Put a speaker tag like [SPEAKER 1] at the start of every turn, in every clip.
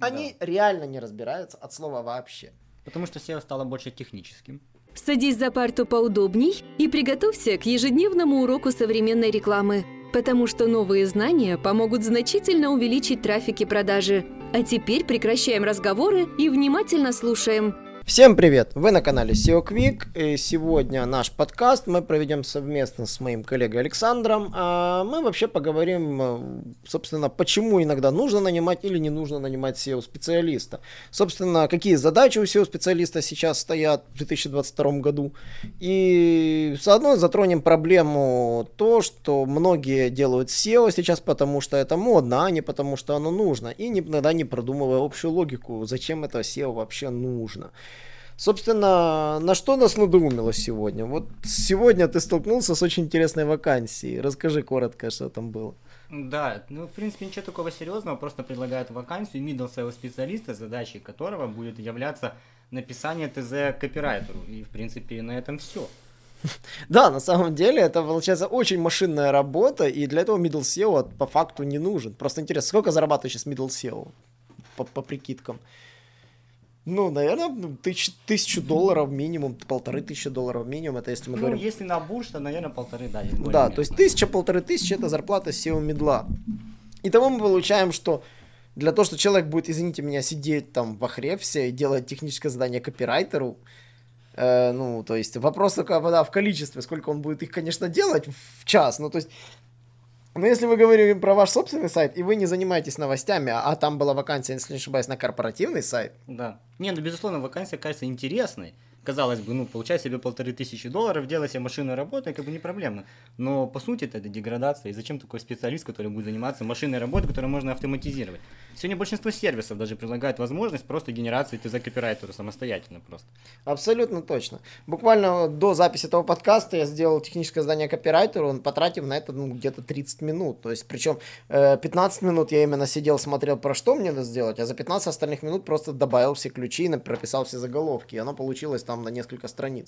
[SPEAKER 1] Они реально не разбираются от слова вообще.
[SPEAKER 2] Потому что SEO стало больше техническим.
[SPEAKER 3] Садись за парту поудобней и приготовься к ежедневному уроку современной рекламы, потому что новые знания помогут значительно увеличить трафик и продажи. А теперь прекращаем разговоры и внимательно слушаем.
[SPEAKER 1] Всем привет! Вы на канале SEO Quick, и сегодня наш подкаст мы проведем совместно с моим коллегой Александром. Мы вообще поговорим, собственно, почему иногда нужно нанимать или не нужно нанимать SEO-специалиста. Собственно, какие задачи у SEO-специалиста сейчас стоят в 2022 году. И заодно затронем проблему то, что многие делают SEO сейчас, потому что это модно, а не потому что оно нужно. И никогда не продумывая общую логику, зачем это SEO вообще нужно. Собственно, на что нас надоумило сегодня? Вот сегодня ты столкнулся с очень интересной вакансией. Расскажи коротко, что там было.
[SPEAKER 2] Да, в принципе, ничего такого серьезного, просто предлагают вакансию middle SEO специалиста, задачей которого будет являться написание ТЗ копирайтеру. И, в принципе, на этом все.
[SPEAKER 1] Да, на самом деле это получается очень машинная работа, и для этого middle SEO по факту не нужен. Просто интересно, сколько зарабатывает сейчас middle SEO по прикидкам? Ну, наверное, $1000 минимум, $1500 минимум, это если мы говорим...
[SPEAKER 2] Ну, если на бурж, то, наверное, 1500, да.
[SPEAKER 1] Да, то есть 1000-1500 это зарплата SEO мидла. Итого мы получаем, что для того, что человек будет, извините меня, сидеть там в Ahrefs и делать техническое задание копирайтеру, то есть вопрос только в количестве, сколько он будет их, конечно, делать в час, то есть... Но если мы говорим про ваш собственный сайт, и вы не занимаетесь новостями, а там была вакансия, если не ошибаюсь, на корпоративный сайт.
[SPEAKER 2] Да. Безусловно, вакансия кажется интересной. Казалось бы, получай себе $1500, делай себе машинную работу, и не проблема. Но по сути это деградация. И зачем такой специалист, который будет заниматься машинной работой, которую можно автоматизировать? Сегодня большинство сервисов даже предлагают возможность просто генерации ТЗ копирайтеру самостоятельно просто.
[SPEAKER 1] Абсолютно точно. Буквально до записи этого подкаста я сделал техническое задание копирайтеру, он потратив на это где-то 30 минут. То есть, причем 15 минут я именно сидел, смотрел, про что мне надо сделать, а за 15 остальных минут просто добавил все ключи, прописал все заголовки, и оно получилось там на несколько страниц.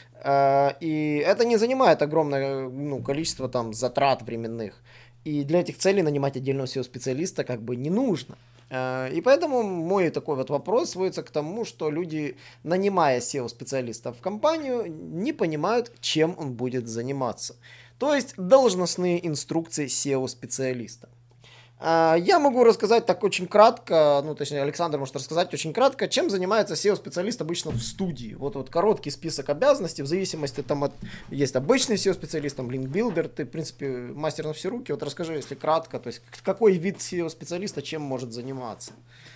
[SPEAKER 1] И это не занимает огромное количество там затрат временных. И для этих целей нанимать отдельного SEO-специалиста не нужно. И поэтому мой такой вот вопрос сводится к тому, что люди, нанимая SEO-специалиста в компанию, не понимают, чем он будет заниматься. То есть должностные инструкции SEO-специалиста. Я могу рассказать так очень кратко, точнее Александр может рассказать очень кратко, чем занимается SEO-специалист обычно в студии. Вот короткий список обязанностей, в зависимости там есть обычный SEO-специалист, там линкбилдер, ты в принципе мастер на все руки. Вот расскажи, если кратко, то есть какой вид SEO-специалиста чем может заниматься?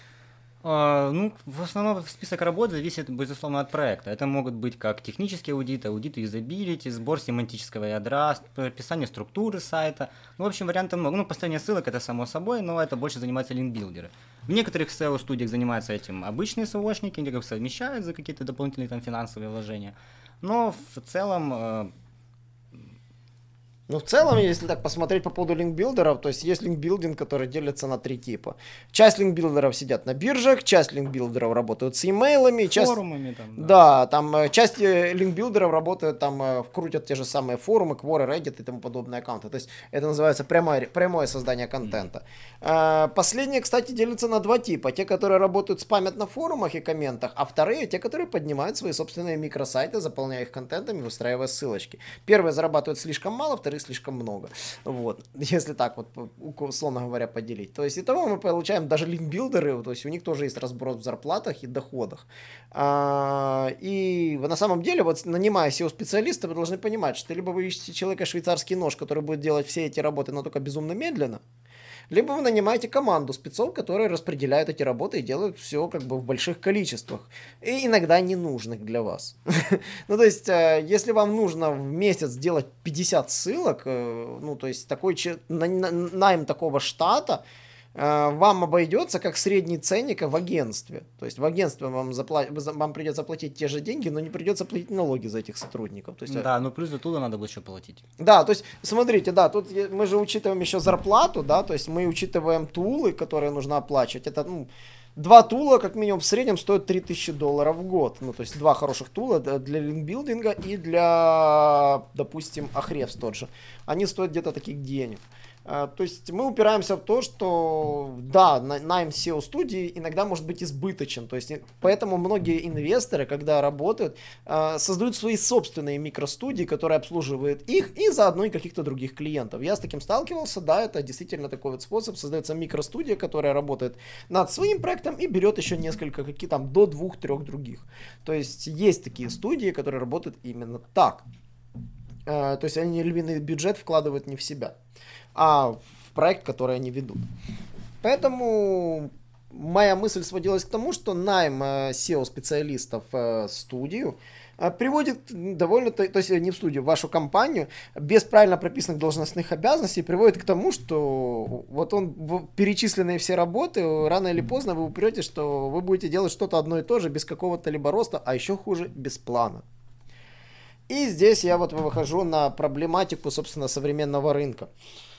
[SPEAKER 2] В основном список работ зависит, безусловно, от проекта. Это могут быть как технические аудиты, аудиты юзабилити, сбор семантического ядра, описание структуры сайта. В общем, вариантов много. Построение ссылок это само собой, но это больше занимаются линкбилдеры. В некоторых SEO-студиях занимаются этим обычные SEOшники, они совмещают за какие-то дополнительные финансовые вложения. Но в целом...
[SPEAKER 1] в целом, если так посмотреть по поводу линкбилдеров, то есть линкбилдинг, который делится на 3 типа. Часть линкбилдеров сидят на биржах, часть линкбилдеров работают с имейлами,
[SPEAKER 2] форумами
[SPEAKER 1] там. Да, там часть линкбилдеров работают, там крутят те же самые форумы, Quora, Reddit и тому подобные аккаунты. То есть это называется прямое создание контента. Последние, кстати, делятся на 2 типа. Те, которые работают, спамят на форумах и комментах, а вторые, те, которые поднимают свои собственные микросайты, заполняя их контентом и выстраивая ссылочки. Первые зарабатывают слишком мало, вторые слишком много. Вот. Если так условно говоря, поделить. То есть, итого мы получаем даже линкбилдеры, то есть у них тоже есть разброс в зарплатах и доходах. И на самом деле, нанимая SEO-специалиста, вы должны понимать, что либо вы ищете человека швейцарский нож, который будет делать все эти работы, но только безумно медленно, либо вы нанимаете команду спецов, которые распределяют эти работы и делают все в больших количествах. И иногда ненужных для вас. То есть, если вам нужно в месяц делать 50 ссылок, то есть найм такого штата, вам обойдется как средний ценник в агентстве. То есть в агентстве вам придется платить те же деньги, но не придется платить налоги за этих сотрудников. То есть,
[SPEAKER 2] да, плюс за туда надо будет еще платить.
[SPEAKER 1] Да, то есть смотрите, да, тут мы же учитываем еще зарплату, да, то есть мы учитываем тулы, которые нужно оплачивать. Это 2 тула, как минимум, в среднем стоят $3000 в год. То есть 2 хороших тула для линкбилдинга и для, допустим, Ahrefs тот же. Они стоят где-то таких денег. То есть мы упираемся в то, что да, найм SEO-студии иногда может быть избыточен. То есть поэтому многие инвесторы, когда работают, создают свои собственные микростудии, которые обслуживают их и заодно и каких-то других клиентов. Я с таким сталкивался, да, это действительно такой вот способ. Создается микростудия, которая работает над своим проектом и берет еще несколько, какие там, до 2-3 других. То есть такие студии, которые работают именно так. То есть они львиный бюджет вкладывают не в себя, а в проект, который они ведут. Поэтому моя мысль сводилась к тому, что найм SEO-специалистов в студию приводит довольно, то есть не в студию, в вашу компанию, без правильно прописанных должностных обязанностей, приводит к тому, что вот перечисленные все работы, рано или поздно вы упретесь, что вы будете делать что-то одно и то же, без какого-то либо роста, а еще хуже, без плана. И здесь я вот выхожу на проблематику, собственно, современного рынка.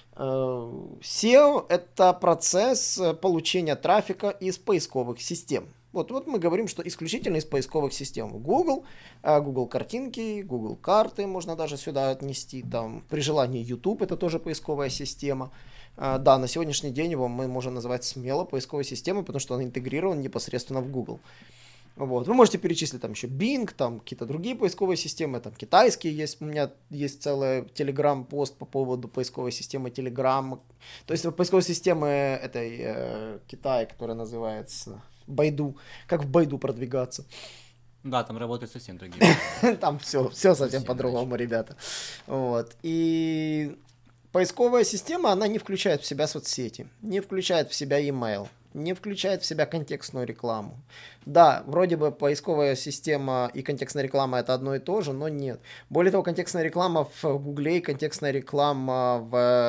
[SPEAKER 1] SEO – это процесс получения трафика из поисковых систем. Вот мы говорим, что исключительно из поисковых систем. Google, Google картинки, Google карты можно даже сюда отнести. Там, при желании YouTube – это тоже поисковая система. Да, на сегодняшний день его мы можем называть смело поисковой системой, потому что он интегрирован непосредственно в Google. Вот. Вы можете перечислить там еще Bing, там какие-то другие поисковые системы, там китайские есть. У меня есть целый Telegram-пост по поводу поисковой системы Telegram. То есть поисковой системы этой Китая, которая называется Байду. Как в Байду продвигаться.
[SPEAKER 2] Да, там работают совсем другие.
[SPEAKER 1] Там все совсем по-другому, ребята. Вот. И поисковая система, она не включает в себя соцсети, не включает в себя email, не включает в себя контекстную рекламу. Да, вроде бы поисковая система и контекстная реклама это одно и то же, но нет. Более того, контекстная реклама в Гугле и контекстная реклама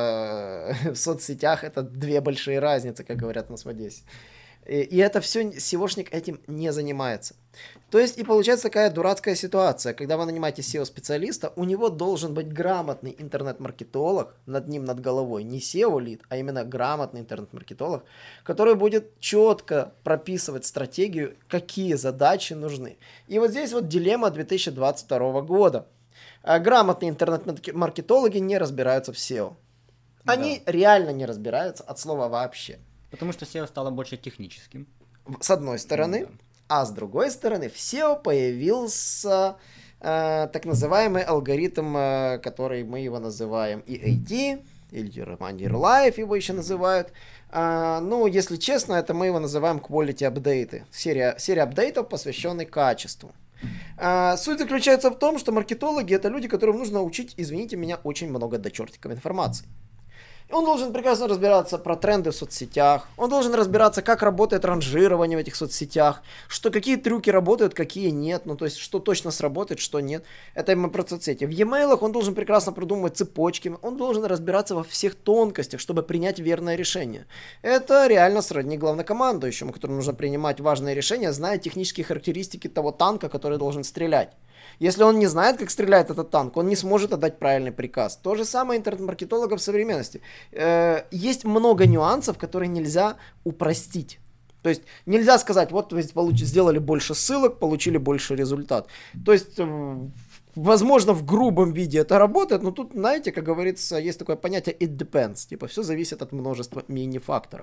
[SPEAKER 1] в соцсетях это две большие разницы, как говорят у нас в Одессе. И это все, SEOшник этим не занимается. То есть и получается такая дурацкая ситуация, когда вы нанимаете SEO-специалиста, у него должен быть грамотный интернет-маркетолог над ним, над головой, не SEO-лид, а именно грамотный интернет-маркетолог, который будет четко прописывать стратегию, какие задачи нужны. И вот здесь вот дилемма 2022 года. Грамотные интернет-маркетологи не разбираются в SEO. Они реально не разбираются от слова вообще.
[SPEAKER 2] Потому что SEO стало больше техническим.
[SPEAKER 1] С одной стороны. А с другой стороны, в SEO появился так называемый алгоритм, который мы его называем EAT, или Year Life его еще называют. Ну, если честно, это мы его называем Quality Update. Серия апдейтов, посвященной качеству. Суть заключается в том, что маркетологи это люди, которым нужно учить, извините меня, очень много до чертиков информации. Он должен прекрасно разбираться про тренды в соцсетях, он должен разбираться, как работает ранжирование в этих соцсетях, какие трюки работают, какие нет, ну то есть, что точно сработает, что нет. Это именно про соцсети. В e-mail он должен прекрасно продумывать цепочки, он должен разбираться во всех тонкостях, чтобы принять верное решение. Это реально сродни главнокомандующему, которому нужно принимать важные решения, зная технические характеристики того танка, который должен стрелять. Если он не знает, как стреляет этот танк, он не сможет отдать правильный приказ. То же самое интернет-маркетологов в современности. Есть много нюансов, которые нельзя упростить. То есть нельзя сказать, вот вы сделали больше ссылок, получили больше результат. То есть, возможно, в грубом виде это работает, но тут, знаете, как говорится, есть такое понятие it depends. Типа все зависит от множества мини-факторов.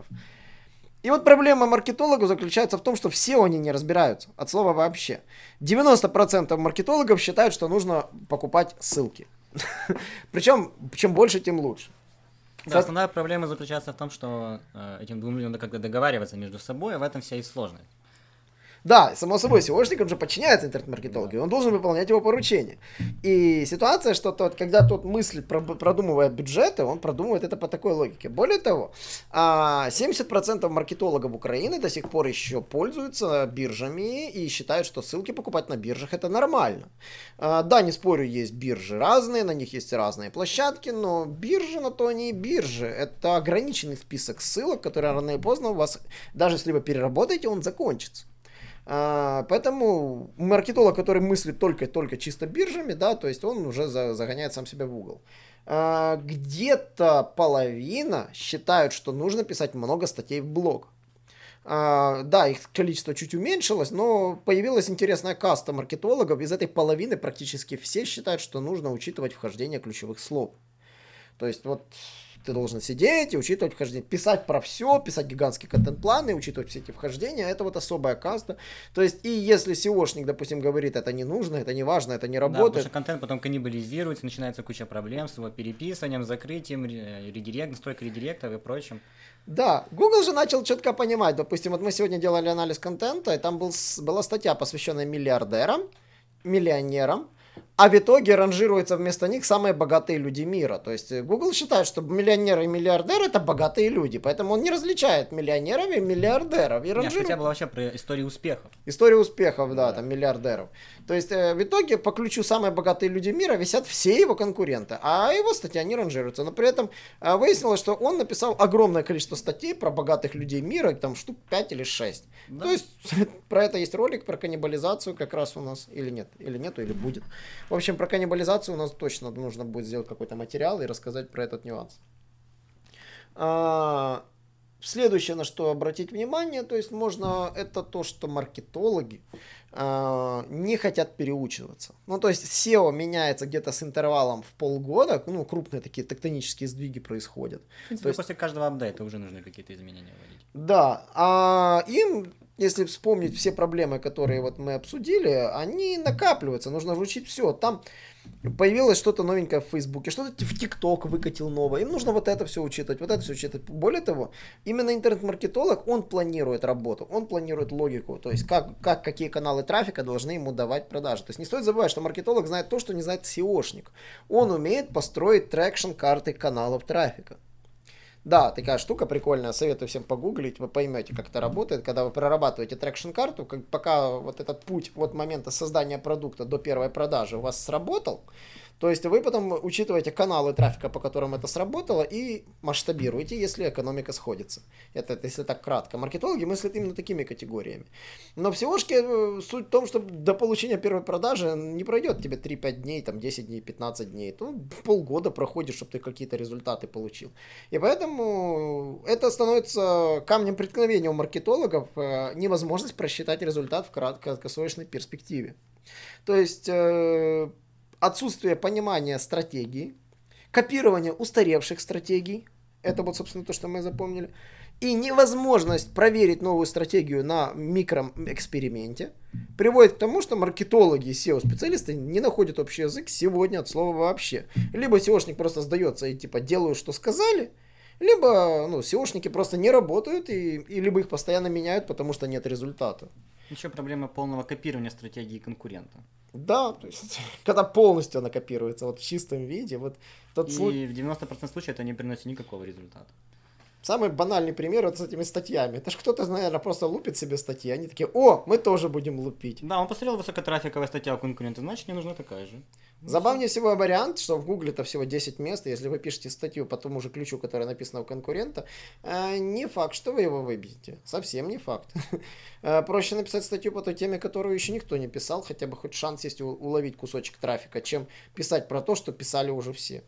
[SPEAKER 1] И вот проблема маркетологов заключается в том, что все они не разбираются, от слова вообще. 90% маркетологов считают, что нужно покупать ссылки. Причем, чем больше, тем лучше.
[SPEAKER 2] Да, основная проблема заключается в том, что этим двум людям надо как-то договариваться между собой, а в этом вся и сложность.
[SPEAKER 1] Да, само собой, SEOшникам же подчиняется интернет-маркетолог, и он должен выполнять его поручения. И ситуация, что когда тот мыслит, продумывая бюджеты, он продумывает это по такой логике. Более того, 70% маркетологов Украины до сих пор еще пользуются биржами и считают, что ссылки покупать на биржах это нормально. Да, не спорю, есть биржи разные, на них есть разные площадки, но биржи на то они и биржи. Это ограниченный список ссылок, которые рано или поздно у вас, даже если вы переработаете, он закончится. Поэтому маркетолог, который мыслит только чисто биржами, да, то есть он уже загоняет сам себя в угол. Где-то половина считают, что нужно писать много статей в блог. Да, их количество чуть уменьшилось, но появилась интересная каста маркетологов. Из этой половины практически все считают, что нужно учитывать вхождение ключевых слов. То есть вот ты должен сидеть и учитывать вхождение, писать про все, писать гигантские контент-планы, учитывать все эти вхождения, это вот особая каста. То есть, и если SEOшник, допустим, говорит, это не нужно, это не важно, это не работает. Да, потому
[SPEAKER 2] что контент потом каннибализируется, начинается куча проблем с его переписыванием, закрытием, настройкой редиректов и прочим.
[SPEAKER 1] Да, Google же начал четко понимать, допустим, вот мы сегодня делали анализ контента, и там была статья, посвященная миллионерам, а в итоге ранжируются вместо них самые богатые люди мира. То есть Google считает, что миллионеры и миллиардеры это богатые люди, поэтому он не различает миллионеров и миллиардеров. И
[SPEAKER 2] ранжирует... Статья была вообще про историю успехов.
[SPEAKER 1] История успехов, да, там миллиардеров. То есть в итоге по ключу самые богатые люди мира висят все его конкуренты, а его статья не ранжируется. Но при этом выяснилось, что он написал огромное количество статей про богатых людей мира, там штук 5 или 6. Да. То есть про это есть ролик, про каннибализацию как раз у нас, или нет, или нету, или будет. В общем, про каннибализацию у нас точно нужно будет сделать какой-то материал и рассказать про этот нюанс. Следующее, на что обратить внимание, то есть можно, это то, что маркетологи не хотят переучиваться. Ну, то есть SEO меняется где-то с интервалом в полгода, ну, крупные такие тектонические сдвиги происходят.
[SPEAKER 2] В принципе, после каждого апдейта уже нужны какие-то изменения вводить.
[SPEAKER 1] Да, а им, если вспомнить все проблемы, которые вот мы обсудили, они накапливаются, нужно вручить все. Там появилось что-то новенькое в Фейсбуке, что-то в ТикТок выкатил новое. Им нужно вот это все учитывать, вот это все учитывать. Более того, именно интернет-маркетолог, он планирует работу, он планирует логику, то есть какие каналы трафика должны ему давать продажи. То есть не стоит забывать, что маркетолог знает то, что не знает SEOшник. Он умеет построить трекшн-карты каналов трафика. Да, такая штука прикольная, советую всем погуглить, вы поймете, как это работает, когда вы прорабатываете трекшн-карту, пока вот этот путь от момента создания продукта до первой продажи у вас сработал, то есть вы потом учитываете каналы трафика, по которым это сработало, и масштабируете, если экономика сходится. Это если так кратко. Маркетологи мыслят именно такими категориями. Но в SEOшке суть в том, что до получения первой продажи не пройдет тебе 3-5 дней, там 10 дней, 15 дней. То полгода проходит, чтобы ты какие-то результаты получил. И поэтому это становится камнем преткновения у маркетологов, невозможность просчитать результат в краткосрочной перспективе. То есть отсутствие понимания стратегии, копирование устаревших стратегий, это вот, собственно, то, что мы запомнили, и невозможность проверить новую стратегию на микроэксперименте приводит к тому, что маркетологи и SEO-специалисты не находят общий язык сегодня от слова вообще. Либо SEOшник просто сдается и типа делаю, что сказали, либо SEOшники просто не работают, и либо их постоянно меняют, потому что нет результата.
[SPEAKER 2] Еще проблема полного копирования стратегии конкурента.
[SPEAKER 1] Да, то есть, когда полностью она копируется, вот в чистом виде. Вот тот
[SPEAKER 2] и в 90% случаев это не приносит никакого результата.
[SPEAKER 1] Самый банальный пример вот с этими статьями. Это ж кто-то, наверное, просто лупит себе статьи. Они такие, о, мы тоже будем лупить.
[SPEAKER 2] Да, он посмотрел высокотрафиковая статья у конкурента, значит, мне нужна такая же.
[SPEAKER 1] Забавнее всего вариант, что в Гугле это всего 10 мест, и если вы пишете статью по тому же ключу, который написан у конкурента, не факт, что вы его выбьете. Совсем не факт. Проще написать статью по той теме, которую еще никто не писал, хотя бы хоть шанс есть уловить кусочек трафика, чем писать про то, что писали уже все.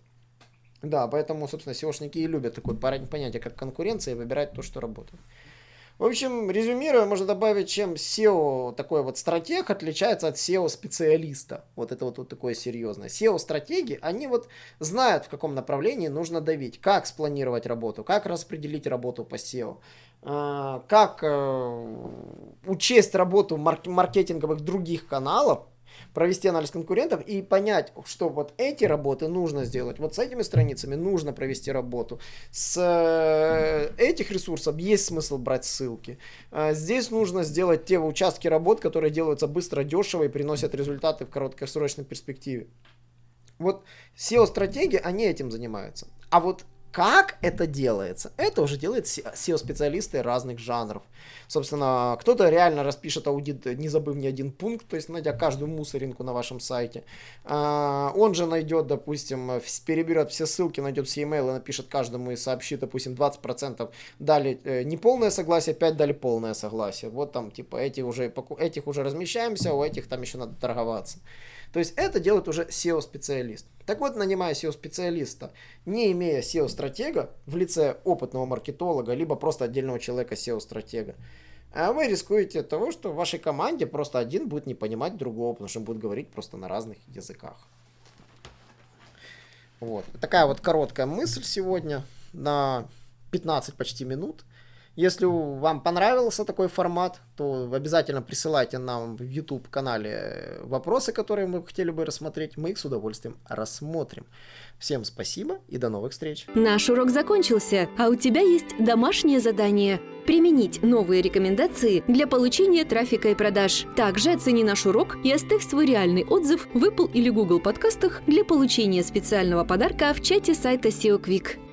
[SPEAKER 1] Да, поэтому, собственно, SEOшники и любят такое понятие, как конкуренция, и выбирать то, что работает. В общем, резюмируя, можно добавить, чем SEO, такой вот стратег, отличается от SEO-специалиста. Вот это вот такое серьезное. SEO-стратеги, они вот знают, в каком направлении нужно давить, как спланировать работу, как распределить работу по SEO, как учесть работу маркетинговых других каналов, провести анализ конкурентов и понять, что вот эти работы нужно сделать, вот с этими страницами нужно провести работу, с этих ресурсов есть смысл брать ссылки, здесь нужно сделать те участки работ, которые делаются быстро, дешево и приносят результаты в короткосрочной перспективе. Вот SEO-стратеги, они этим занимаются. А вот как это делается? Это уже делают SEO-специалисты разных жанров. Собственно, кто-то реально распишет аудит, не забыв ни один пункт, то есть найдя каждую мусоринку на вашем сайте. Он же найдет, допустим, переберет все ссылки, найдет все имейлы, напишет каждому и сообщит, допустим, 20% дали неполное согласие, 5% дали полное согласие. Вот там, типа, этих уже размещаемся, у этих там еще надо торговаться. То есть это делает уже SEO-специалист. Так вот, нанимая SEO-специалиста, не имея SEO-стратега в лице опытного маркетолога, либо просто отдельного человека SEO-стратега, вы рискуете того, что в вашей команде просто один будет не понимать другого, потому что он будет говорить просто на разных языках. Вот. Такая вот короткая мысль сегодня. на 15 почти минут. Если вам понравился такой формат, то обязательно присылайте нам в YouTube-канале вопросы, которые мы хотели бы рассмотреть. Мы их с удовольствием рассмотрим. Всем спасибо и до новых встреч.
[SPEAKER 3] Наш урок закончился, а у тебя есть домашнее задание – применить новые рекомендации для получения трафика и продаж. Также оцени наш урок и оставь свой реальный отзыв в Apple или Google подкастах для получения специального подарка в чате сайта SEO Quick.